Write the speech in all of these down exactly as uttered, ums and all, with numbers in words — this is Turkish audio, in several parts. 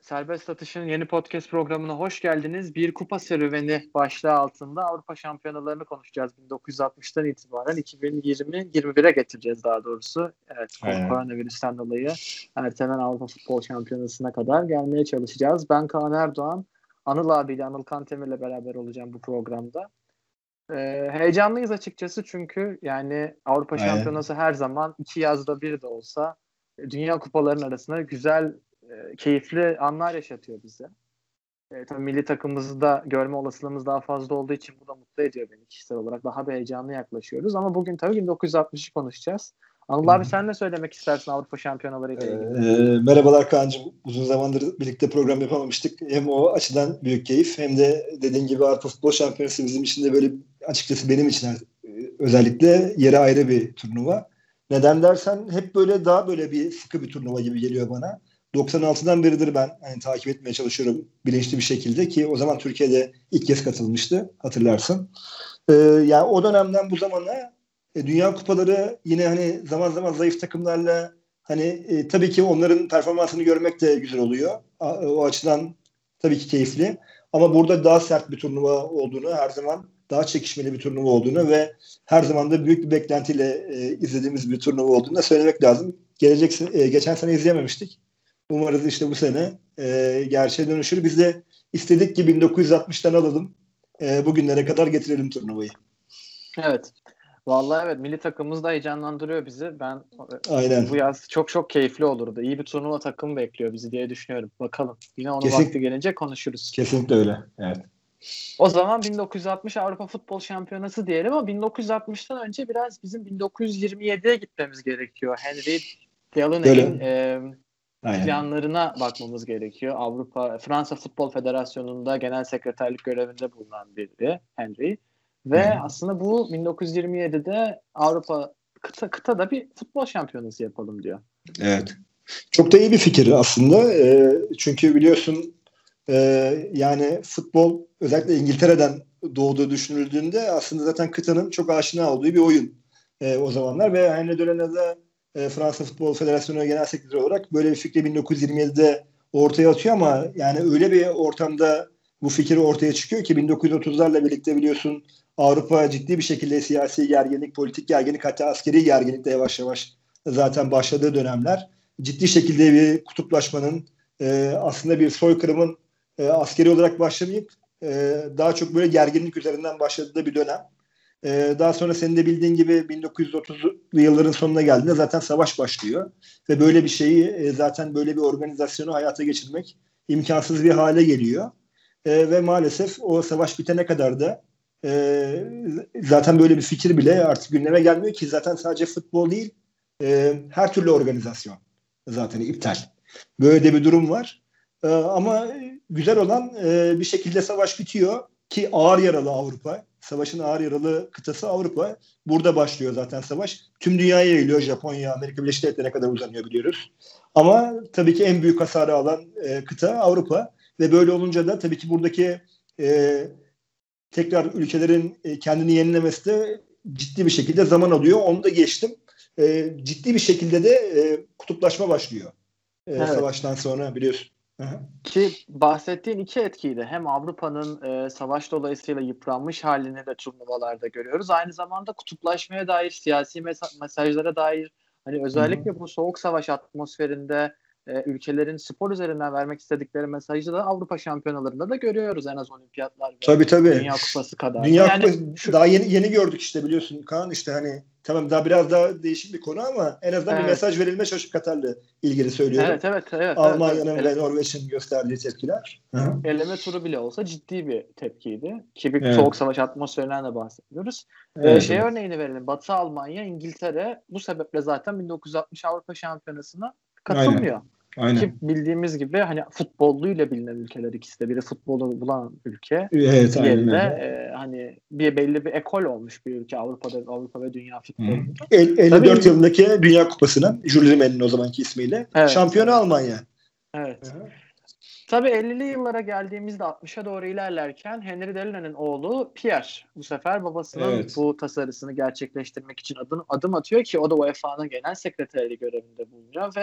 Serbest Atış'ın yeni podcast programına hoş geldiniz. Bir kupa serüveni başlığı altında Avrupa şampiyonalarını konuşacağız. bin dokuz yüz altmıştan itibaren iki bin yirmi yirmi bire getireceğiz daha doğrusu. Evet, Aynen. koronavirüsten dolayı ertelenen Avrupa Futbol Şampiyonası'na kadar gelmeye çalışacağız. Ben Kaan Erdoğan, Anıl abiyle, Anıl Kantemir'le beraber olacağım bu programda. Ee, heyecanlıyız açıkçası çünkü yani Avrupa Aynen. Şampiyonası her zaman iki yazda bir de olsa dünya kupalarının arasında güzel, e, keyifli anlar yaşatıyor bize. E, tabii milli takımımızı da görme olasılığımız daha fazla olduğu için bu da mutlu ediyor beni kişisel olarak. Daha bir heyecanlı yaklaşıyoruz ama bugün tabii bin dokuz yüz altmışı konuşacağız. Anıl abi sen ne söylemek istersin Avrupa şampiyonaları ile ilgili? Ee, merhabalar Kaan'cığım. Uzun zamandır birlikte program yapamamıştık. Hem o açıdan büyük keyif hem de dediğin gibi Avrupa Futbol Şampiyonası bizim için de böyle açıkçası benim için özellikle yeri ayrı bir turnuva. Neden dersen hep böyle daha böyle bir sıkı bir turnuva gibi geliyor bana. doksan altıdan beridir ben hani, takip etmeye çalışıyorum bilinçli bir şekilde ki o zaman Türkiye'de ilk kez katılmıştı hatırlarsın. Ee, yani o dönemden bu zamana e, Dünya Kupaları yine hani zaman zaman zayıf takımlarla hani e, tabii ki onların performansını görmek de güzel oluyor. A, o açıdan tabii ki keyifli. Ama burada daha sert bir turnuva olduğunu, her zaman daha çekişmeli bir turnuva olduğunu ve her zaman da büyük bir beklentiyle e, izlediğimiz bir turnuva olduğunu da söylemek lazım. Gelecek e, geçen sene izleyememiştik. Umarız işte bu sene e, gerçeğe dönüşür. Biz de istedik ki bin dokuz yüz altmıştan alalım. E, bugünlere kadar getirelim turnuvayı. Evet. Vallahi evet, milli takımımız da heyecanlandırıyor bizi. Ben Aynen. bu yaz çok çok keyifli olurdu. İyi bir turnuva takımı bekliyor bizi diye düşünüyorum. Bakalım. Yine onun Kesin, vakti gelince konuşuruz. Kesinlikle öyle. Evet. O zaman bin dokuz yüz altmış Avrupa Futbol Şampiyonası diyelim ama bin dokuz yüz altmıştan önce biraz bizim bin dokuz yüz yirmi yediye gitmemiz gerekiyor. Henry Delaney'in e, planlarına bakmamız gerekiyor. Avrupa Fransa Futbol Federasyonu'nda genel sekreterlik görevinde bulunan biri Henry. Ve Hı. aslında bu bin dokuz yüz yirmi yedide Avrupa kıta kıtada bir futbol şampiyonası yapalım diyor. Evet. Çok da iyi bir fikir aslında. E, çünkü biliyorsun e, yani futbol özellikle İngiltere'den doğduğu düşünüldüğünde aslında zaten kıtanın çok aşina olduğu bir oyun e, o zamanlar ve Henry Delaney e, Fransa Futbol Federasyonu Genel Sekreteri olarak böyle bir fikri bin dokuz yüz yirmi yedide ortaya atıyor ama yani öyle bir ortamda bu fikir ortaya çıkıyor ki bin dokuz yüz otuzlarla birlikte biliyorsun Avrupa ciddi bir şekilde siyasi gerginlik, politik gerginlik, hatta askeri gerginlik de yavaş yavaş zaten başladığı dönemler. Ciddi şekilde bir kutuplaşmanın, e, aslında bir soykırımın e, askeri olarak başlamayıp e, daha çok böyle gerginlik üzerinden başladığı bir dönem. E, daha sonra senin de bildiğin gibi bin dokuz yüz otuzlu yılların sonuna geldiğinde zaten savaş başlıyor. Ve böyle bir şeyi e, zaten böyle bir organizasyonu hayata geçirmek imkansız bir hale geliyor. E, ve maalesef o savaş bitene kadar da e, zaten böyle bir fikir bile artık gündeme gelmiyor ki zaten sadece futbol değil, e, her türlü organizasyon zaten iptal. Böyle de bir durum var. E, ama güzel olan e, bir şekilde savaş bitiyor ki ağır yaralı Avrupa. Savaşın ağır yaralı kıtası Avrupa. Burada başlıyor zaten savaş. Tüm dünyaya yayılıyor. Japonya, Amerika Birleşik Devletleri'ne kadar uzanıyor biliyoruz. Ama tabii ki en büyük hasarı alan e, kıta Avrupa. Ve böyle olunca da tabii ki buradaki e, tekrar ülkelerin e, kendini yenilemesi de ciddi bir şekilde zaman alıyor. Onu da geçtim. E, ciddi bir şekilde de e, kutuplaşma başlıyor. E, evet. Savaştan sonra biliyorsun. Aha. Ki bahsettiğin iki etkiyi hem Avrupa'nın e, savaş dolayısıyla yıpranmış halini de turnuvalarda görüyoruz. Aynı zamanda kutuplaşmaya dair, siyasi mes- mesajlara dair, hani özellikle Hı-hı. bu soğuk savaş atmosferinde e, ülkelerin spor üzerinden vermek istedikleri mesajı da Avrupa şampiyonalarında da görüyoruz, en az olimpiyatlar ve tabii, tabii. Dünya Kupası kadar. Dünya yani Kupası şu... daha yeni yeni gördük işte biliyorsun Kaan, işte hani tamam daha biraz daha değişik bir konu ama en azından evet. bir mesaj verilme çalışıp Katar'la ilgili söylüyorum. Evet evet evet. Almanya'nın evet, ve Norveç'in gösterdiği tepkiler. Hı-hı. Eleme turu bile olsa ciddi bir tepkiydi. Ki bir evet. soğuk savaş atmosferinden de bahsediyoruz. Evet, ee, şey evet. örneğini verelim. Batı Almanya, İngiltere bu sebeple zaten bin dokuz yüz altmış Avrupa Şampiyonası'na katılmıyor. Aynen. Aynen. Ki bildiğimiz gibi hani futbolluyla bilinen ülkeler ikisi de. Biri futbolu bulan ülke. Evet, diğeri de e, hani bir belli bir ekol olmuş bir ülke Avrupa'da, Avrupa ve dünya futbolunda. elli dört yılındaki Dünya Kupası'nın Jules Rimet'in o zamanki ismiyle evet, şampiyonu evet. Almanya. Evet. Hı-hı. Tabii ellili yıllara geldiğimizde altmışa doğru ilerlerken Henry Delaney'nin oğlu Pierre bu sefer babasının evet. bu tasarısını gerçekleştirmek için adım, adım atıyor ki o da U E F A'nın genel sekreterliği görevinde bulunuyor ve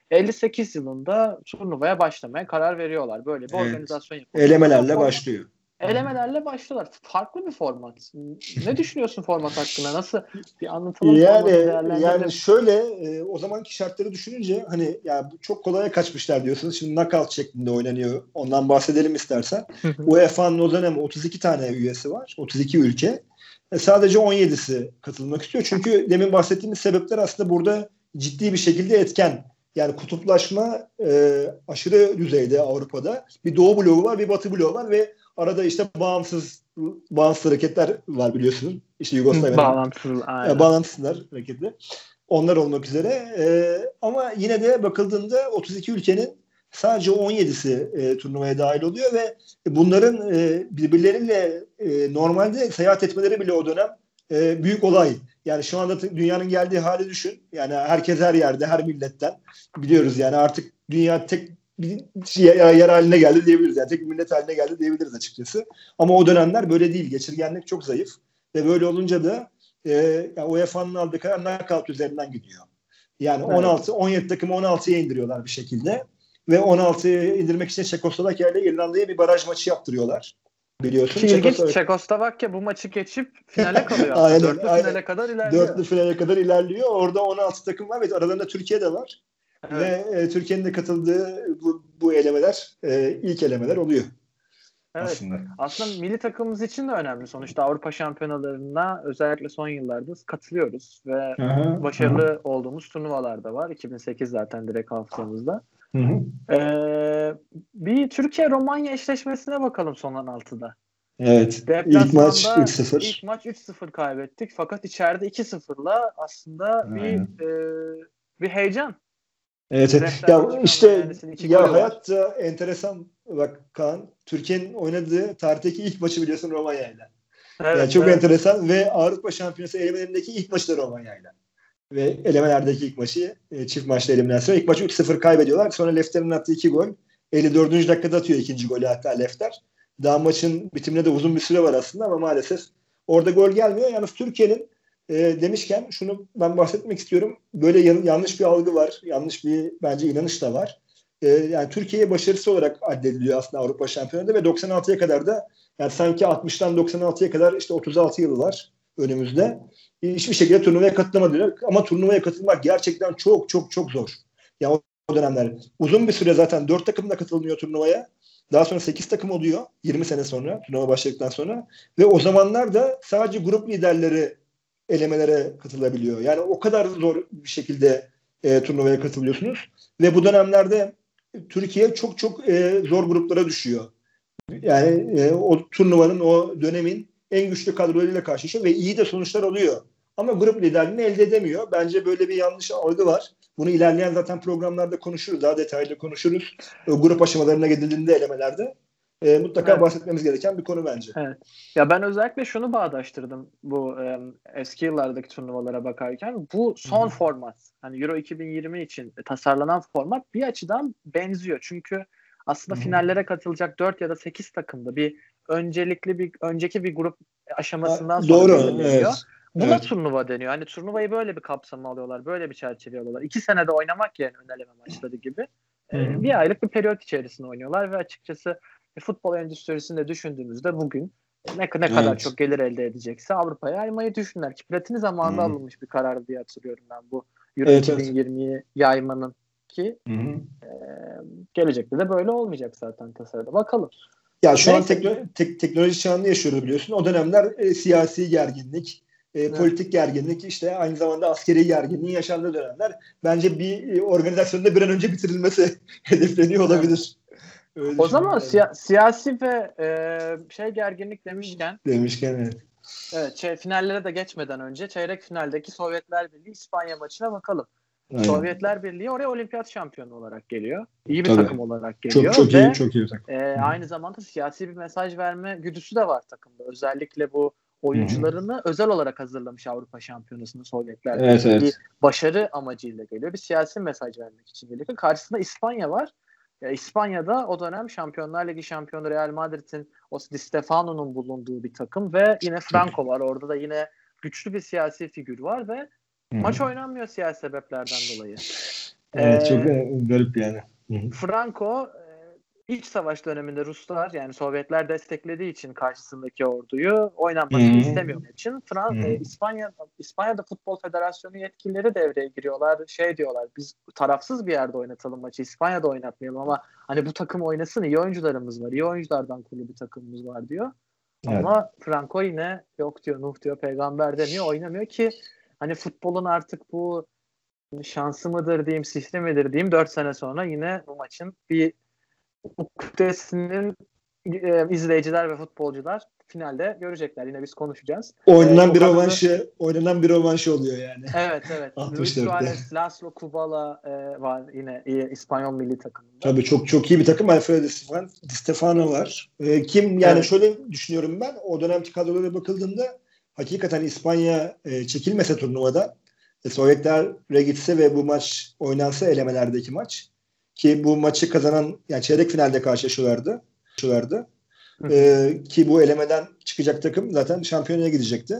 elli sekiz yılında turnuvaya başlamaya karar veriyorlar. Böyle bir evet. organizasyon yapıyorlar. Elemelerle format, başlıyor. Elemelerle başlıyorlar. Farklı bir format. Ne düşünüyorsun format hakkında? Nasıl bir anlatalım yani, formatı değerlendirelim? Yani şöyle e, o zamanki şartları düşününce hani ya çok kolaya kaçmışlar diyorsunuz. Şimdi knockout şeklinde oynanıyor. Ondan bahsedelim istersen. U E F A'nın o dönem otuz iki tane üyesi var. otuz iki ülke. E, sadece on yedisi katılmak istiyor. Çünkü demin bahsettiğimiz sebepler aslında burada ciddi bir şekilde etken. Yani kutuplaşma e, aşırı düzeyde Avrupa'da. Bir doğu bloğu var, bir batı bloğu var ve arada işte bağımsız bağımsız hareketler var biliyorsunuz. İşte Yugoslavya'nın bağlantısız, e, bağlantısızlar hareketli. Onlar olmak üzere. E, ama yine de bakıldığında otuz iki ülkenin sadece on yedisi e, turnuvaya dahil oluyor ve bunların e, birbirleriyle e, normalde seyahat etmeleri bile o dönem e, büyük olay. Yani şu anda dünyanın geldiği hali düşün. Yani herkes her yerde, her milletten biliyoruz yani artık dünya tek bir yer haline geldi diyebiliriz. Yani tek bir millet haline geldi diyebiliriz açıkçası. Ama o dönemler böyle değil. Geçirgenlik çok zayıf. Ve böyle olunca da e, yani U E F A'nın aldığı karar knockout üzerinden gidiyor. Yani evet. on altı on yedi takımı on altıya indiriyorlar bir şekilde. Ve on altıya indirmek için Çekoslovakya ile İrlanda'ya bir baraj maçı yaptırıyorlar. Biliyorsun. Ki ilginç, Çekoslovakya bu maçı geçip finale kalıyor. aynen, Dörtlü aynen. finale kadar ilerliyor. Dörtlü finale kadar ilerliyor. Orada on altı takım var ve aralarında Türkiye de var. Evet. Ve e, Türkiye'nin de katıldığı bu, bu elemeler e, ilk elemeler oluyor. Evet. Aslında. Aslında milli takımımız için de önemli. Sonuçta Avrupa şampiyonalarına özellikle son yıllarda katılıyoruz ve aha, başarılı aha. olduğumuz turnuvalar da var. iki bin sekiz zaten direkt hafızamızda. Hı hı. Ee, bir Türkiye-Romanya eşleşmesine bakalım son on altıda. Evet. İlk maç üç sıfır. İlk maç üç sıfır kaybettik. Fakat içeride iki sıfırla aslında hmm. bir e, bir heyecan. Evet. evet. Ya işte ya hayatta enteresan bak Kaan. Türkiye'nin oynadığı tarihteki ilk maçı biliyorsun Romanya'yla. Evet, yani çok evet. enteresan ve Avrupa Şampiyonası elemelerindeki ilk maçı da Romanya'yla. Ve elemelerdeki ilk maçı çift maçlı eliminasyon. İlk maçı üç sıfır kaybediyorlar. Sonra Lefter'in attığı iki gol. elli dördüncü dakikada atıyor ikinci golü hatta Lefter. Daha maçın bitimine de uzun bir süre var aslında ama maalesef orada gol gelmiyor. Yalnız Türkiye'nin e, demişken şunu ben bahsetmek istiyorum. Böyle yan, yanlış bir algı var. Yanlış bir bence inanış da var. E, yani Türkiye'ye başarısı olarak addediliyor aslında Avrupa Şampiyonası ve doksan altıya kadar da yani sanki altmıştan doksan altıya kadar işte otuz altı yılı var önümüzde. Hiçbir şekilde turnuvaya katılamadılar. Ama turnuvaya katılmak gerçekten çok çok çok zor. Yani o, o dönemler. Uzun bir süre zaten dört takım da katılmıyor turnuvaya. Daha sonra sekiz takım oluyor yirmi sene sonra turnuva başladıktan sonra ve o zamanlar da sadece grup liderleri elemelere katılabiliyor. Yani o kadar zor bir şekilde e, turnuvaya katılıyorsunuz ve bu dönemlerde Türkiye çok çok e, zor gruplara düşüyor. Yani e, o turnuvanın o dönemin en güçlü kadrolarıyla karşılaşıyor ve iyi de sonuçlar oluyor. Ama grup liderliğini elde edemiyor. Bence böyle bir yanlış algı var. Bunu ilerleyen zaten programlarda konuşuruz. Daha detaylı konuşuruz. O grup aşamalarına gidildiğinde elemelerde. E, mutlaka evet. bahsetmemiz gereken bir konu bence. Evet. Ya ben özellikle şunu bağdaştırdım bu e, eski yıllardaki turnuvalara bakarken. Bu son Hı-hı. format. Hani Euro iki bin yirmi için tasarlanan format bir açıdan benziyor. Çünkü aslında Hı-hı. finallere katılacak dört ya da sekiz takımda bir öncelikli bir önceki bir grup aşamasından sonra Doğru, belirleniyor. Evet. Buna evet. turnuva deniyor. Hani turnuvayı böyle bir kapsama alıyorlar. Böyle bir çerçeve alıyorlar. İki senede oynamak yerine ön eleme maçları gibi. E, bir aylık bir periyot içerisinde oynuyorlar ve açıkçası e, futbol endüstrisini de düşündüğümüzde bugün ne, ne kadar evet. çok gelir elde edecekse Avrupa'ya yaymayı düşünürler ki Platini zamanında hmm. alınmış bir karar diye hatırlıyorum ben bu Euro evet, iki bin yirmiyi evet. yaymanın ki hmm. e, gelecekte de böyle olmayacak zaten tasarıda. Bakalım. Ya şu Neyse. an tekno- tek- teknoloji çağında yaşıyoruz biliyorsun. O dönemler e, siyasi gerginlik, e, evet. politik gerginlik, işte aynı zamanda askeri gerginliğin yaşandığı dönemler. Bence bir e, organizasyonda bir an önce bitirilmesi hedefleniyor olabilir. Öyle o zaman siya- siyasi ve e, şey gerginlik demişken demişken evet. Evet, şey, finallere de geçmeden önce çeyrek finaldeki Sovyetler Birliği İspanya maçına bakalım. Aynen. Sovyetler Birliği oraya olimpiyat şampiyonu olarak geliyor. İyi bir Tabii. takım olarak geliyor. Çok çok ve, iyi, çok iyi bir takım. E, aynı zamanda siyasi bir mesaj verme güdüsü de var takımda. Özellikle bu oyuncularını Hı-hı. özel olarak hazırlamış Avrupa Şampiyonası'nda Sovyetler Birliği. Evet, evet. Bir başarı amacıyla geliyor. Bir siyasi mesaj vermek için geliyor. Karşısında İspanya var. Ya İspanya'da o dönem Şampiyonlar Ligi şampiyonu Real Madrid'in o Di Stefano'nun bulunduğu bir takım ve yine Franco var. Orada da yine güçlü bir siyasi figür var ve Hı-hı. maç oynanmıyor siyasi sebeplerden dolayı. Evet, çok garip yani. Franco İç savaş döneminde Ruslar yani Sovyetler desteklediği için karşısındaki orduyu oynanmasını Hı-hı. istemiyor için Fransa, e, İspanya İspanya'da Futbol Federasyonu yetkilileri devreye giriyorlar. Şey diyorlar biz tarafsız bir yerde oynatalım maçı. İspanya'da oynatmayalım ama hani bu takım oynasın iyi oyuncularımız var. İyi oyunculardan kurulu bir takımımız var diyor. Evet. Ama Franco yine yok diyor, Nuh diyor, peygamber demiyor, oynamıyor ki hani futbolun artık bu şansı mıdır diyeyim, sihri midir diyeyim dört sene sonra yine bu maçın bir ukdesinin e, izleyiciler ve futbolcular finalde görecekler. Yine biz konuşacağız. Oynanan ee, bir rövanşı, da... oynanan bir rövanşı oluyor yani. Evet evet. Luis Suarez, Laszlo Kubala e, var yine e, İspanyol milli takımında. Tabii çok çok iyi bir takım. Alfredo Di Stefano var. E, kim yani evet. Şöyle düşünüyorum ben. O dönemki kadrolara bakıldığında hakikaten İspanya e, çekilmese turnuvada e, Sovyetler'e gitse ve bu maç oynansa elemelerdeki maç ki bu maçı kazanan yani çeyrek finalde karşılaşıyorlardı. karşılaşıyorlardı. Ee, ki bu elemeden çıkacak takım zaten şampiyonaya gidecekti.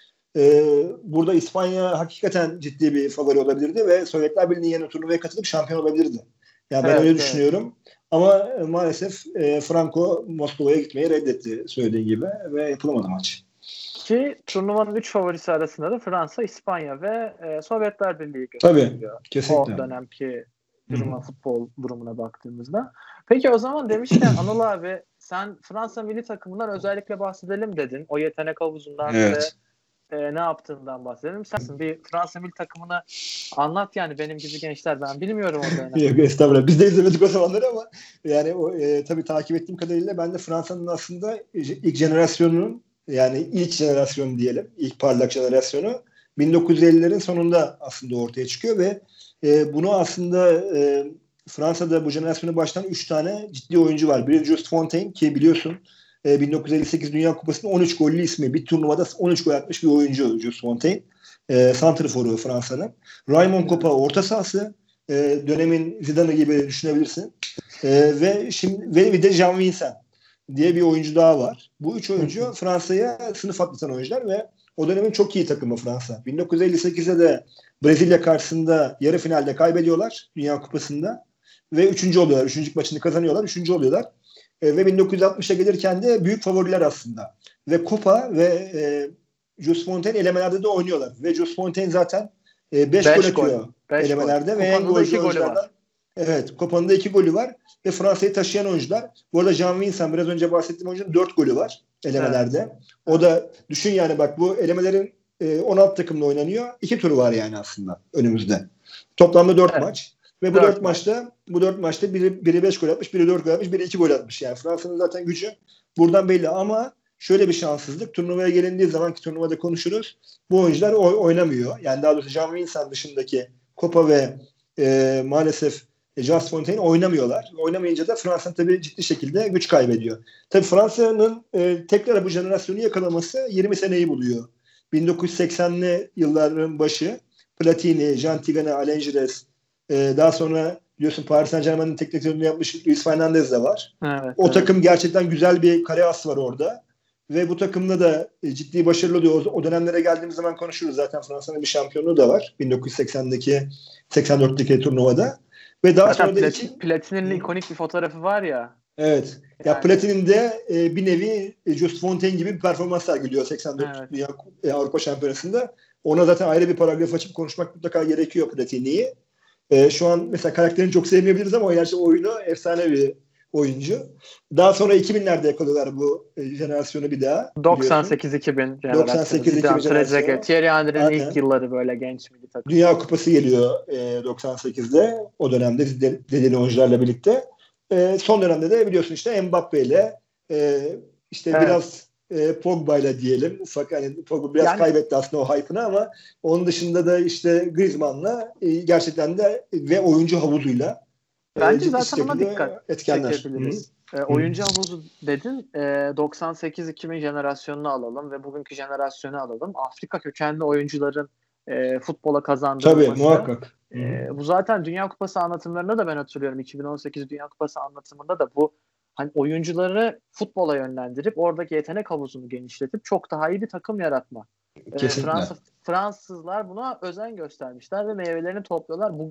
Ee, burada İspanya hakikaten ciddi bir favori olabilirdi ve Sovyetler Birliği'nin yerine turnuvaya katılıp şampiyon olabilirdi. Yani ben evet, öyle evet. düşünüyorum. Ama maalesef e, Franco Moskova'ya gitmeyi reddetti söylediği gibi ve yapılamadı maç. Ki turnuvanın üç favorisi arasında da Fransa, İspanya ve e, Sovyetler Birliği gösteriyor. Tabii, kesinlikle. O dönemki duruma, Hı-hı. futbol durumuna baktığımızda. Peki o zaman demişken Anıl abi sen Fransa milli takımından özellikle bahsedelim dedin. O yetenek havuzundan evet. ve e, ne yaptığından bahsedelim. Sensin bir Fransa milli takımını anlat yani benim gibi gençler ben bilmiyorum o dönem. Yok estağfurullah. Biz de izlemedik o zamanları ama yani o e, tabii takip ettiğim kadarıyla ben de Fransa'nın aslında ilk jenerasyonunun yani ilk jenerasyon diyelim. İlk parlak jenerasyonu bin dokuz yüz ellilerin sonunda aslında ortaya çıkıyor ve e, bunu aslında e, Fransa'da bu jenerasyonu baştan üç tane ciddi oyuncu var. Biri Just Fontaine ki biliyorsun e, bin dokuz yüz elli sekiz Dünya Kupası'nın on üç gollü ismi. Bir turnuvada on üç gol atmış bir oyuncu Just Fontaine. E, santrforu Fransa'nın. Raymond Kopa orta sahası. E, dönemin Zidane'ı gibi düşünebilirsin. E, ve şimdi ve bir de Jean Vincent diye bir oyuncu daha var. Bu üç oyuncu Fransa'ya sınıf atlatan oyuncular ve o dönemin çok iyi takımı Fransa. bin dokuz yüz elli sekizde de Brezilya karşısında yarı finalde kaybediyorlar Dünya Kupası'nda ve üçüncü oluyorlar. Üçüncü maçını kazanıyorlar. Üçüncü oluyorlar. E, ve bin dokuz yüz altmışa gelirken de büyük favoriler aslında. Ve Kupa ve e, Jules Fontaine elemelerde de oynuyorlar. Ve Jules Fontaine zaten beş e, gol atıyor beş elemelerde. Gol. Ve en golcü oyunculardan. Evet. Kupa'nın da iki golü var. Ve Fransa'yı taşıyan oyuncular. Bu arada Jean Vincent biraz önce bahsettiğim oyuncunun dört golü var elemelerde. Evet. O da düşün yani bak bu elemelerin e, on altı takımla oynanıyor. İki turu var yani aslında önümüzde. Toplamda dört evet. maç. Ve bu dört, dört maçta bu dört maçta biri, biri beş gol atmış, biri dört gol atmış, biri iki gol atmış. Yani Fransa'nın zaten gücü buradan belli ama şöyle bir şanssızlık. Turnuvaya gelindiği zaman ki turnuvada konuşuruz. Bu oyuncular oy, oynamıyor. Yani daha doğrusu Jean Vincent dışındaki Kopa ve e, maalesef Just Fontaine oynamıyorlar. Oynamayınca da Fransa tabii ciddi şekilde güç kaybediyor. Tabii Fransa'nın e, tekrar bu jenerasyonu yakalaması yirmi seneyi buluyor. bin dokuz yüz seksenli yılların başı Platini, Jean Tigana, Alain Giresse, e, daha sonra biliyorsun Paris Saint-Germain'in teknik direktörünü yapmış Luis Fernandez de var. Evet, o evet. takım gerçekten güzel bir kare as var orada. Ve bu takımda da e, ciddi başarılı oluyor. O, o dönemlere geldiğimiz zaman konuşuruz. Zaten Fransa'nın bir şampiyonluğu da var. bin dokuz yüz seksendeki seksen dörtteki turnuvada. Ve daha zaten sonra Platin, iki... Platini'nin ikonik bir fotoğrafı var ya. Evet. Yani. Ya Platini'nin de e, bir nevi e, Just Fontaine gibi bir performans sergiliyor seksen dört evet. Dünya e, Avrupa Şampiyonası'nda. Ona zaten ayrı bir paragraf açıp konuşmak mutlaka gerekiyor Platini'yi. E, şu an mesela karakterini çok sevmeyebiliriz ama gerçi oyunu efsane bir oyuncu. Daha sonra iki binlerde yakalıyorlar bu e, jenerasyonu bir daha. doksan sekiz iki bin jenerasyonu. doksan sekiz iki bin jenerasyonu. Thierry Henry'nin ilk yılları böyle genç milli takım. Dünya Kupası geliyor e, doksan sekizde. O dönemde dediğin oyuncularla birlikte. E, son dönemde de biliyorsun işte Mbappe ile e, işte evet. biraz e, Pogba ile diyelim. Ufak hani Pogba biraz yani, kaybetti aslında o hype'ını ama onun dışında da işte Griezmann'la e, gerçekten de ve oyuncu havuzuyla bence e, zaten ona dikkat etkenler. çekebiliriz. E, oyuncu havuzu dedin. E, doksan sekiz iki bin jenerasyonunu alalım ve bugünkü jenerasyonu alalım. Afrika kökenli oyuncuların e, futbola kazandırılması. Tabii muhakkak. E, bu zaten Dünya Kupası anlatımlarında da ben hatırlıyorum. iki bin on sekiz Dünya Kupası anlatımında da bu hani oyuncuları futbola yönlendirip oradaki yetenek havuzunu genişletip çok daha iyi bir takım yaratma. E, Fransız Fransızlar buna özen göstermişler ve meyvelerini topluyorlar. Bugün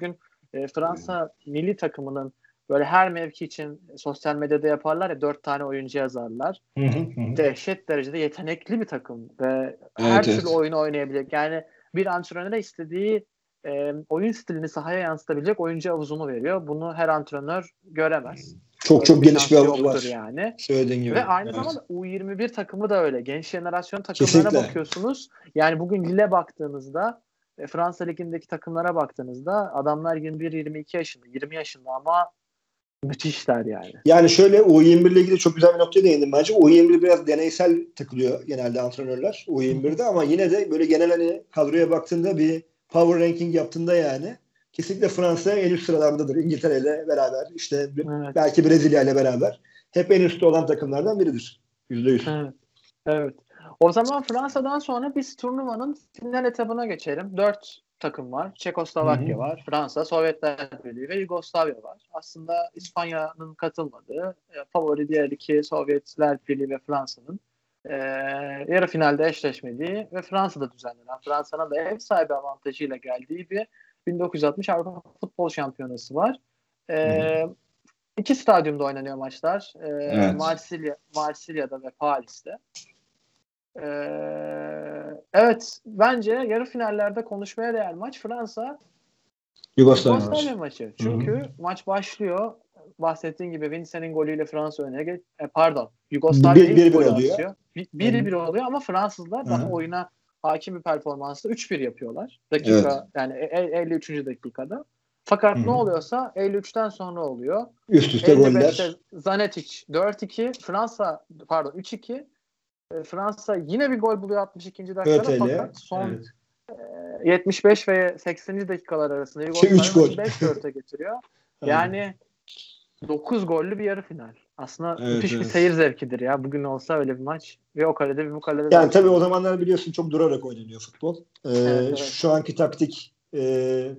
e, Fransa milli takımının böyle her mevki için sosyal medyada yaparlar ya, dört tane oyuncu yazarlar. Hı hı hı. Dehşet derecede yetenekli bir takım ve Evet, her evet. türlü oyunu oynayabilecek. Yani bir antrenöre istediği e, oyun stilini sahaya yansıtabilecek oyuncu havuzunu veriyor. Bunu her antrenör göremez. Çok Öyle çok bir geniş bir şansı havuz yoktur var. yani. Söylediğin gibi. Ve aynı Evet. zamanda U yirmi bir takımı da öyle. Genç jenerasyon takımlarına Kesinlikle. bakıyorsunuz. Yani bugün Lille baktığınızda, e, Fransa Ligi'ndeki takımlara baktığınızda adamlar yirmi bir yirmi iki yaşında, yirmi yaşında ama müthişler yani. Yani şöyle U yirmi bir ile ilgili çok güzel bir noktaya değindim bence. U yirmi bir biraz deneysel takılıyor genelde antrenörler U yirmi birde ama yine de böyle genel hani kadroya baktığında bir power ranking yaptığında yani kesinlikle Fransa en üst sıralardadır. İngiltere ile beraber işte Evet. belki Brezilya ile beraber hep en üstte olan takımlardan biridir. yüzde yüz. Evet. Evet. O zaman Fransa'dan sonra biz turnuvanın final etabına geçelim. Dört takım var. Çekoslovakya Hı hı. var. Fransa, Sovyetler Birliği ve Yugoslavya var. Aslında İspanya'nın katılmadığı e, favori diğer iki Sovyetler Birliği ve Fransa'nın e, yarı finalde eşleşmediği ve Fransa'da düzenlenen, Fransa'nın da ev sahibi avantajıyla geldiği bir bin dokuz yüz altmış Avrupa Futbol Şampiyonası var. E, Hı hı. İki stadyumda oynanıyor maçlar. E, Evet. Marsilya, Marsilya'da ve Paris'te. Ee, evet, bence yarı finallerde konuşmaya değer maç Fransa Yugoslavya Yugoslavya maçı. maçı. Çünkü Hı-hı. maç başlıyor. Bahsettiğin gibi Vince'nin golüyle Fransa öne geç e, pardon. Yugoslavya bir, ilk bir, bir golü oluyor. atıyor. bir bir oluyor ama Fransızlar Hı-hı. daha oyuna hakim bir performansla üç bir yapıyorlar. Dakika Evet. yani elli üçüncü dakikada. Fakat Hı-hı. ne oluyorsa elli üçten sonra oluyor. Üst üste elli beşte goller. Zanetic dört iki, Fransa pardon üç iki. Fransa yine bir gol buluyor altmış ikinci dakikada Öteli. fakat son Evet. e, yetmiş beş ve sekseninci dakikalar arasında Şey, Yugoslavya üç gol. maçı beş dörte getiriyor. Yani dokuz gollü bir yarı final. Aslında Evet, müthiş bir evet. seyir zevkidir ya. Bugün olsa öyle bir maç. Bir o kalede bir bu kalede. Yani tabii o zamanlar biliyorsun çok durarak oynanıyor futbol. Ee, Evet, evet. Şu anki taktik e,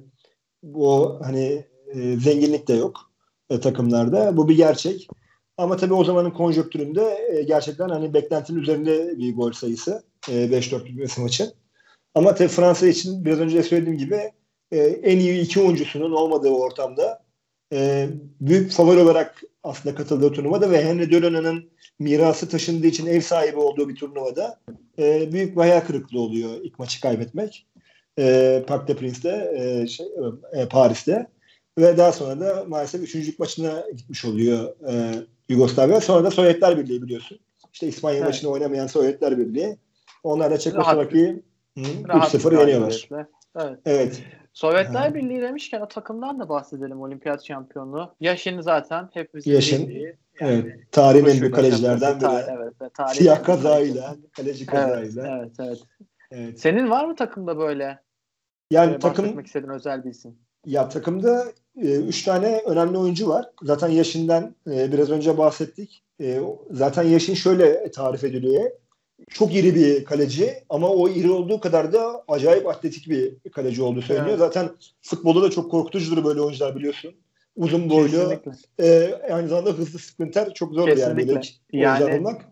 o hani e, zenginlik de yok e, takımlarda. Bu bir gerçek. Ama tabii o zamanın konjonktüründe e, gerçekten hani beklentinin üzerinde bir gol sayısı. E, beş dört bitmesi maçın. Ama tabii Fransa için biraz önce de söylediğim gibi e, en iyi iki oyuncusunun olmadığı ortamda e, büyük favori olarak aslında katıldığı turnuvada ve Henry Delona'nın mirası taşındığı için ev sahibi olduğu bir turnuvada e, büyük bir hayal kırıklığı oluyor ilk maçı kaybetmek. E, Parc des Princes e, şey, e, Paris'te ve daha sonra da maalesef üçüncülük maçına gitmiş oluyor e, Yugoslavya. Sonra da Sovyetler Birliği biliyorsun. İşte İspanya Evet. maçını oynamayan Sovyetler Birliği. Onlar da Rahat, Çekoslovakya'yı üç rahat bir sıfır yeniyorlar. galibiyetle. Evet. Evet. Sovyetler Aha. Birliği demişken o takımdan da bahsedelim. Olimpiyat şampiyonluğu. Yaşını zaten hepimizin Yaşın bildiği. Yani evet, tarihin en büyük duruşuyla, şapkası, kalecilerden biri. ta- evet, tarihin Siyah en büyük kazayla, kalecilerinden. kaleci Evet, kazayla. evet, evet. Evet. Senin var mı takımda böyle Yani e, bahsetmek takım istediğin özel bir isim? ya takımda e, üç tane önemli oyuncu var. Zaten Yaşin'den e, biraz önce bahsettik. E, zaten Yaşin şöyle tarif ediliyor. Çok iri bir kaleci ama o iri olduğu kadar da acayip atletik bir kaleci olduğu söyleniyor. Evet. Zaten futbolda da çok korkutucudur böyle oyuncular biliyorsun. Uzun boylu, Kesinlikle. e, aynı zamanda hızlı sprinter çok zordur yani böyle Kesinlikle. oyuncular Yani bulmak.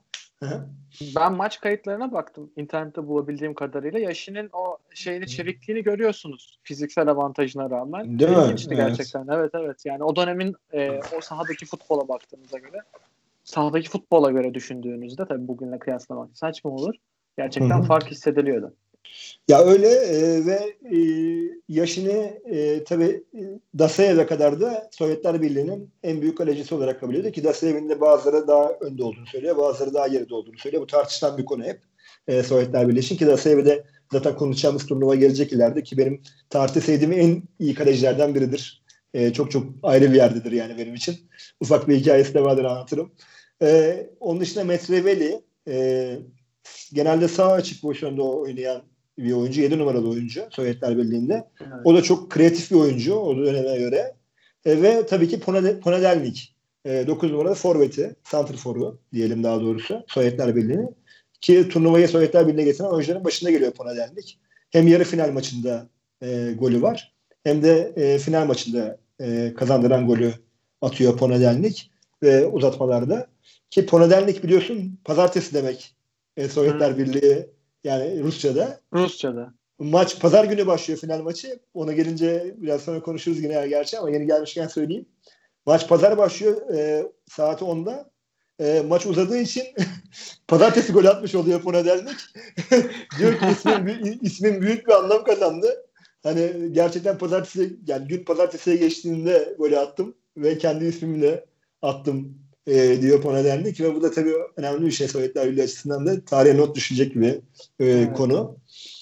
ben maç kayıtlarına baktım. İnternette bulabildiğim kadarıyla. Yaşının o şeyini, çevikliğini görüyorsunuz. Fiziksel avantajına rağmen. Değil mi? İlginçti Evet. gerçekten. Evet, evet. Yani o dönemin e, o sahadaki futbola baktığınıza göre, sahadaki futbola göre düşündüğünüzde tabii bugünle kıyaslamak saçma olur. Gerçekten fark hissediliyordu. Ya öyle e, ve e, yaşını e, tabii Dasayev'e kadar da Sovyetler Birliği'nin en büyük kalecisi olarak kabul ediyor ki Dasayev'in de bazıları daha önde olduğunu söylüyor, bazıları daha geride olduğunu söylüyor. Bu tartışılan bir konu hep e, Sovyetler Birliği için ki Dasayev'e de zaten konuşacağımız turnuva gelecek ileride ki benim tarihte sevdiğim en iyi kalecilerden biridir. E, çok çok ayrı bir yerdedir yani benim için. Ufak bir hikayesi de vardır anlatırım. E, onun dışında Metreveli e, genelde sağ açık pozisyonda oynayan bir oyuncu. yedi numaralı oyuncu Sovyetler Birliği'nde. Evet. O da çok kreatif bir oyuncu o döneme göre. E, ve tabii ki Ponedelnik. E, dokuz numaralı forveti. Santrforu diyelim daha doğrusu. Sovyetler Birliği'ni. Ki turnuvayı Sovyetler Birliği'ne getiren oyuncuların başında geliyor Ponedelnik. Hem yarı final maçında e, golü var. Hem de e, final maçında e, kazandıran golü atıyor Ponedelnik. Ve uzatmalarda. Ki Ponedelnik biliyorsun pazartesi demek. E, Sovyetler Birliği yani Rusça'da. Rusça'da. Maç pazar günü başlıyor, final maçı. Ona gelince biraz sonra konuşuruz yine gerçi ama yeni gelmişken söyleyeyim. Maç pazar başlıyor e, saat onda. E, maç uzadığı için pazartesi gol atmış oluyor Ponaderlik. Diyor ki ismin, ismin büyük bir anlam kazandı. Hani gerçekten pazartesi, yani gün pazartesiye geçtiğinde golü attım ve kendi ismimle attım e, diyor Ponaderlik ve bu da tabii önemli bir şey Sovyetler Birliği açısından da tarihe not düşecek bir e, evet. konu.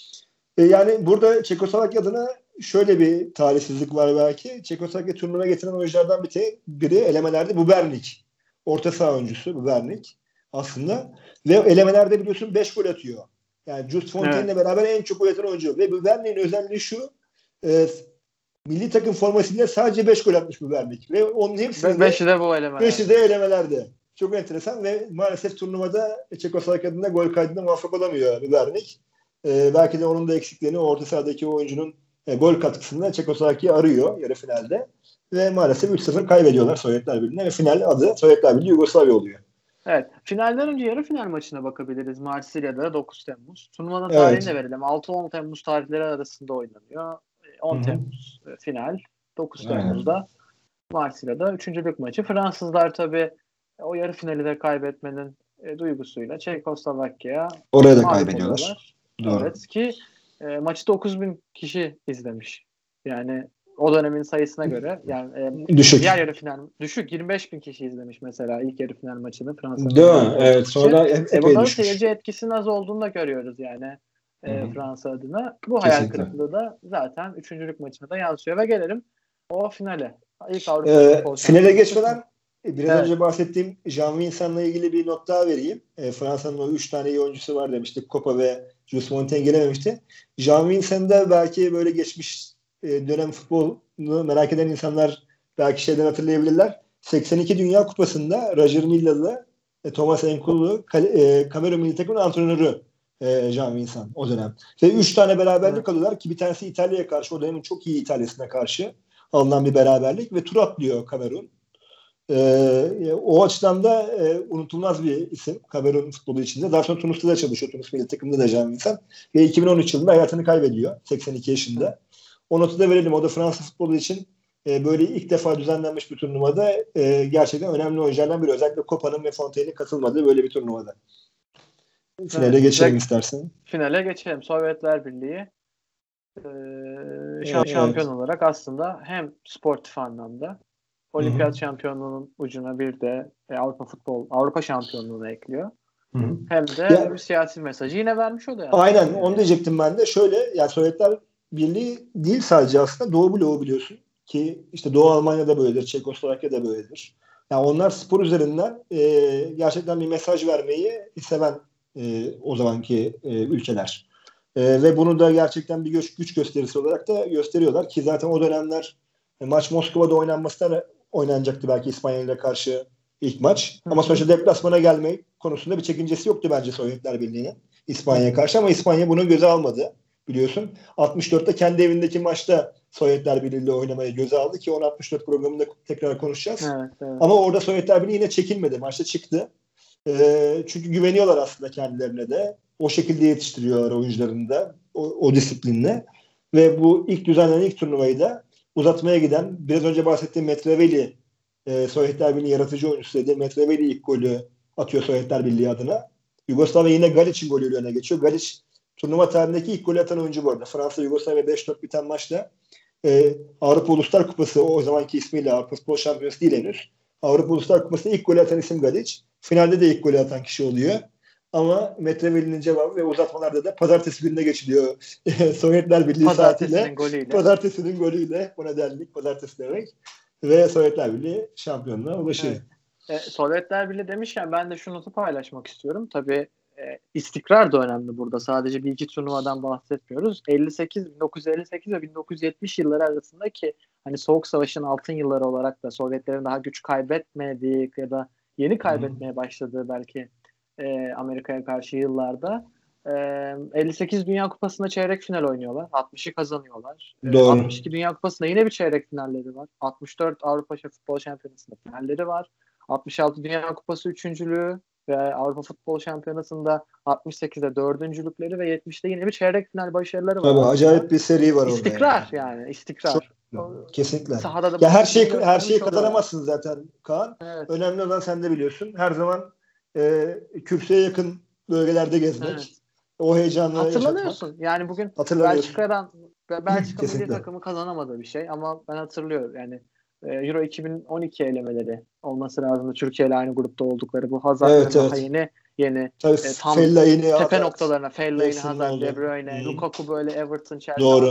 E, yani burada Çekoslovakya adına şöyle bir talihsizlik var belki. Çekoslovakya turnuvaya getiren oyunculardan bir te, biri elemelerde Bubernik. Orta saha oyuncusu Bubernik aslında. Ve elemelerde biliyorsun beş gol atıyor. Yani Just Fontaine'le evet. beraber en çok gol atan oyuncu. Ve Bubernik'in özelliği şu. E, milli takım formasıyla sadece beş gol atmış Bubernik. Ve onun hepsinde beşi de bu elemelerde. beşi de elemelerde. Çok enteresan ve maalesef turnuvada Çekoslovakya adına gol kaydına muvaffak olamıyor Bubernik. Ee, belki de onun da eksikliğini orta sahadaki oyuncunun e, gol katkısında Çekoslovakya arıyor yarı finalde. Ve maalesef üç sıfır kaybediyorlar Sovyetler Birliği'ne ve final adı Sovyetler Birliği Yugoslavya oluyor. Evet. Finalden önce yarı final maçına bakabiliriz. Marsilya'da dokuz Temmuz. Turnuvanın evet. tarihini de verelim. altı on Temmuz tarihleri arasında oynanıyor. on Hı-hı. Temmuz final. dokuz Temmuz'da Marsilya'da üçüncülük maçı. Fransızlar tabii o yarı finali de kaybetmenin e, duygusuyla Çekoslovakya oraya da kaybediyorlar. Doğru. Evet ki e, maçı dokuz bin kişi izlemiş. Yani o dönemin sayısına göre yani e, düşük. Diğer yarı final düşük yirmi beş bin kişi izlemiş mesela ilk yarı final maçını Fransa'nın. Değil mi? Evet. Sonra epey düşmüş. Burada seyirci etkisinin az olduğunu da görüyoruz yani e, Fransa adına. Bu hayal Kesinlikle. kırıklığı da zaten üçüncülük maçına da yansıyor ve gelelim o finale. İlk Avrupa ee, finale geçmeden biraz evet. önce bahsettiğim Jean Vincent'la ilgili bir not daha vereyim. E, Fransa'nın o üç tane iyi oyuncusu var demiştik. Copa ve Jules Montaigne gelememişti. Jean Vincent'da belki böyle geçmiş e, dönem futbolunu merak eden insanlar belki şeyden hatırlayabilirler. seksen iki Dünya Kupası'nda Roger Milla'lı, e, Thomas Enkul'lu e, Kamerun milli takımın antrenörü e, Jean Vincent o dönem. Ve üç tane beraberlik evet. alıyorlar ki bir tanesi İtalya'ya karşı, o dönemin çok iyi İtalya'sına karşı alınan bir beraberlik ve tur atlıyor Kamerun. Ee, o açıdan da e, unutulmaz bir isim Kamerun futbolu içinde. Daha sonra Tunus'ta da çalışıyor. Tunus milli takımında da Jean Vincent. Ve iki bin on üç yılında hayatını kaybediyor. seksen iki yaşında. O notu da verelim. O da Fransa futbolu için e, böyle ilk defa düzenlenmiş bir turnuvada e, gerçekten önemli oyunculardan biri. Özellikle Copa'nın ve Fontaine'in katılmadığı böyle bir turnuvada. Finale evet, geçelim istersen. Finale geçelim. Sovyetler Birliği e, evet, şampiyon evet. olarak aslında hem sportif anlamda Olimpiyat Hı-hı. şampiyonluğunun ucuna bir de e, Avrupa futbol Avrupa şampiyonluğunu ekliyor. Hı-hı. Hem de ya, bir siyasi mesajı yine vermiş oluyor. Aynen yani. Onu diyecektim ben de. Şöyle yani Sovyetler Birliği değil sadece aslında Doğu bloğu biliyorsun ki işte Doğu Almanya'da böyledir, Çekoslovakya'da böyledir. Yani onlar spor üzerinden e, gerçekten bir mesaj vermeyi seven e, o zamanki e, ülkeler. E, ve bunu da gerçekten bir güç, güç gösterisi olarak da gösteriyorlar ki zaten o dönemler e, maç Moskova'da oynanması da oynanacaktı belki İspanya ile karşı ilk maç. Hı-hı. Ama sonuçta deplasmana gelme konusunda bir çekincesi yoktu bence Sovyetler Birliği'nin İspanya'ya karşı ama İspanya bunu göze almadı biliyorsun. altmış dörtte kendi evindeki maçta Sovyetler Birliği ile oynamayı göze aldı ki onu altmış dört programında tekrar konuşacağız. Evet, evet. Ama orada Sovyetler Birliği yine çekilmedi. Maçta çıktı. E, çünkü güveniyorlar aslında kendilerine de. O şekilde yetiştiriyorlar oyuncularını da o, o disiplinle. Ve bu ilk düzenlenen ilk turnuvayı da uzatmaya giden, biraz önce bahsettiğim Metreveli, e, Sovyetler Birliği yaratıcı oyuncusu dedi. Metreveli ilk golü atıyor Sovyetler Birliği adına. Yugoslavya yine Galic'in golüyle öne geçiyor. Galic turnuva tarihindeki ilk golü atan oyuncu bu arada. Fransa Yugoslavya beş dört biten maçta e, Avrupa Uluslar Kupası, o, o zamanki ismiyle Avrupa Futbol Şampiyonası değil henüz. Avrupa Uluslar Kupası'nda ilk golü atan isim Galic. Finalde de ilk golü atan kişi oluyor. Ama Metreveli'nin cevabı ve uzatmalarda da pazartesi gününe geçiliyor. Sovyetler Birliği saatiyle. Golüyle. Pazartesinin golüyle. Bu nedenlik pazartesi demek. Ve Sovyetler Birliği şampiyonluğa ulaşıyor. Evet. E, Sovyetler Birliği demişken ben de şu notu paylaşmak istiyorum. Tabii e, istikrar da önemli burada. Sadece bir iki turnuvadan bahsetmiyoruz. elli sekiz bin dokuz yüz elli sekiz ve bin dokuz yüz yetmiş yılları arasındaki hani Soğuk Savaş'ın altın yılları olarak da Sovyetlerin daha güç kaybetmediği ya da yeni kaybetmeye hmm. başladığı belki e, Amerika'ya karşı yıllarda e, elli sekiz Dünya Kupası'nda çeyrek final oynuyorlar. altmışı kazanıyorlar. E, altmış iki Dünya Kupası'nda yine bir çeyrek finalleri var. altmış dört Avrupa Futbol Şampiyonası'nda finalleri var. altmış altı Dünya Kupası üçüncülüğü ve Avrupa Futbol Şampiyonası'nda altmış sekizde dördüncülükleri ve yetmişte yine bir çeyrek final başarıları var. Tabii aslında. Acayip bir seri var istikrar orada. yani. yani istikrar. Çok, kesinlikle. Sahada da ya her şey her şeyi kazanamazsın zaten Kaan. Evet. Önemli olan sen de biliyorsun. Her zaman e, kürsüye yakın bölgelerde gezmek. Evet. O heyecanı hatırlanıyorsun. yaşatmak. Yani bugün Belçika'dan Belçika milli takımı kazanamadığı bir şey ama ben hatırlıyorum yani Euro iki bin on iki elemeleri olması lazım. Türkiye ile aynı grupta oldukları bu Hazard'ın evet, daha evet. yeni yeni Tabii, e, tam Fellaini, tepe Hazard, noktalarına Fellaini, Hazard, De Bruyne, hmm. Lukaku böyle Everton, Chelsea Doğru.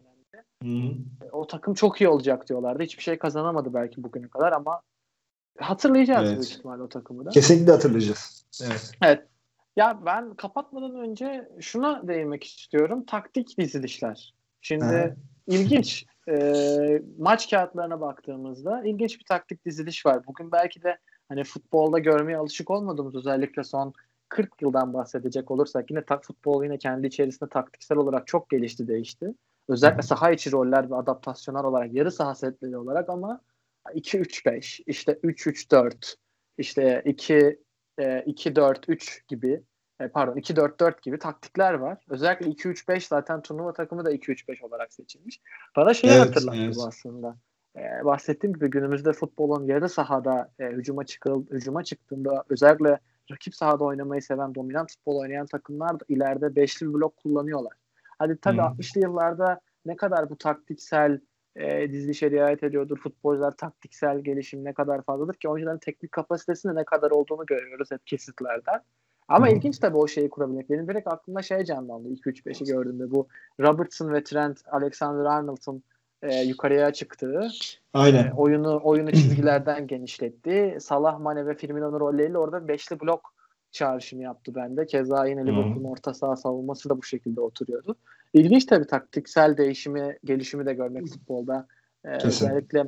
Hmm. O takım çok iyi olacak diyorlardı. Hiçbir şey kazanamadı belki bugüne kadar ama hatırlayacağız evet. büyük ihtimalle o takımı da. Kesinlikle hatırlayacağız. Evet. Evet. Ya ben kapatmadan önce şuna değinmek istiyorum. Taktik dizilişler. Şimdi ha. ilginç. E, maç kağıtlarına baktığımızda ilginç bir taktik diziliş var. Bugün belki de hani futbolda görmeye alışık olmadığımız özellikle son kırk yıldan bahsedecek olursak yine ta- futbol yine kendi içerisinde taktiksel olarak çok gelişti, değişti. Özellikle saha içi roller ve adaptasyonlar olarak yarı saha setleri olarak ama iki üç beş işte üç üç dört işte iki iki dört üç gibi pardon iki dört dört gibi taktikler var. Özellikle iki üç beş zaten turnuva takımı da iki üç beş olarak seçilmiş. Bana şeyi evet, hatırlattı evet. bu aslında. Ee, bahsettiğim gibi günümüzde futbolun yarı sahada e, hücuma çıkıl hücuma çıktığında özellikle rakip sahada oynamayı seven, dominant futbol oynayan takımlar da ileride beşli bir blok kullanıyorlar. Hadi tabii hmm. altmışlı yıllarda ne kadar bu taktiksel e, dizilişe riayet ediyordur. Futbolcular taktiksel gelişim ne kadar fazladır ki oyuncuların teknik kapasitesinde ne kadar olduğunu görüyoruz hep kesitlerden. Ama hmm. ilginç tabii o şeyi kurabilmek. Benim direkt aklımda şey canlandı iki üç beşi gördüğümde bu Robertson ve Trent Alexander-Arnold'un e, yukarıya çıktığı Aynen. E, oyunu oyunu çizgilerden genişletti. Salah, Mane ve Firmino'nun rolleriyle orada beşli blok çağrışımı yaptı bende. Keza yine Liverpool'un orta saha savunması da bu şekilde oturuyordu. İlginç tabii taktiksel değişimi, gelişimi de görmek futbolda. Ee, özellikle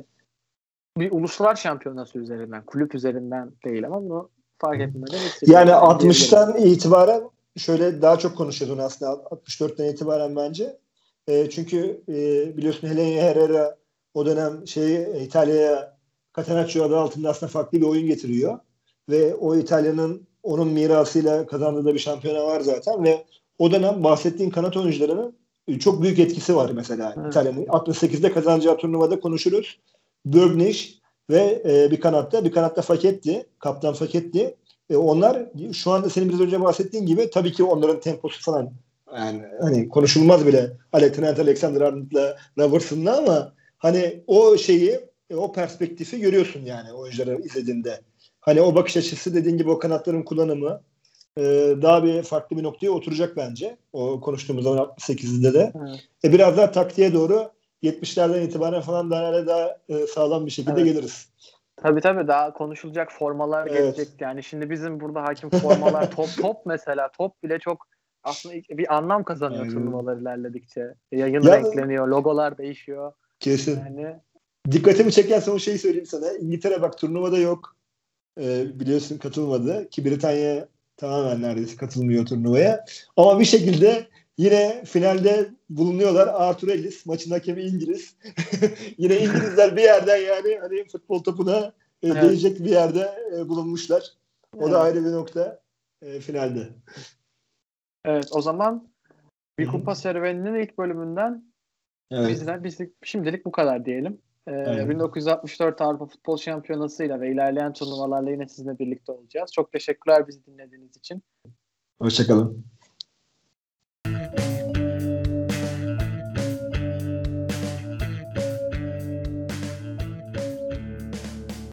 bir uluslar şampiyonası üzerinden, kulüp üzerinden değil ama bunu fark etmeden yani altmıştan itibaren şöyle daha çok konuşuyordun aslında altmış dörtten itibaren bence. E, çünkü e, biliyorsun Helene Herrera o dönem şeyi İtalya'ya Catenaccio adı altında aslında farklı bir oyun getiriyor. Ve o İtalya'nın onun mirasıyla kazandığı da bir şampiyona var zaten ve o dönem bahsettiğin kanat oyuncularının çok büyük etkisi var mesela. Evet. İtalya'nın altmış sekizde kazanacağı turnuvada konuşuruz. Börgniş ve e, bir kanatta, bir kanatta Facchetti, kaptan Facchetti. E, onlar şu anda senin biraz önce bahsettiğin gibi tabii ki onların temposu falan yani hani konuşulmaz bile Trent Alexander-Arnold'la Robertson'la ama hani o şeyi, o perspektifi görüyorsun yani oyuncuları izlediğinde. Hani o bakış açısı dediğin gibi o kanatların kullanımı e, daha bir farklı bir noktaya oturacak bence. O konuştuğumuz zaman altmış sekizde de. Evet. E, biraz daha taktiğe doğru yetmişlerden itibaren falan daha daha e, sağlam bir şekilde evet. geliriz. Tabii tabii daha konuşulacak formalar evet. gelecek. Yani şimdi bizim burada hakim formalar top top mesela top bile çok aslında bir anlam kazanıyor aynen. turnuvalar ilerledikçe. Yayın ya, renkleniyor, logolar değişiyor. Kesin. Yani dikkatimi çeken son şeyi söyleyeyim sana. İngiltere bak turnuvada yok. Ee, biliyorsun katılmadı ki Britanya tamamen neredeyse katılmıyor turnuvaya. Ama bir şekilde yine finalde bulunuyorlar. Arthur Ellis maçın hakemi İngiliz. Yine İngilizler bir yerden yani hani futbol topuna e, evet. değecek bir yerde e, bulunmuşlar. O evet. da ayrı bir nokta e, finalde. Evet o zaman bir kupa serüveninin ilk bölümünden evet. bizler bizlik şimdilik bu kadar diyelim. Ee, bin dokuz yüz altmış dört Avrupa Futbol Şampiyonası'yla ve ilerleyen turnuvalarla yine sizinle birlikte olacağız. Çok teşekkürler bizi dinlediğiniz için. Hoşçakalın.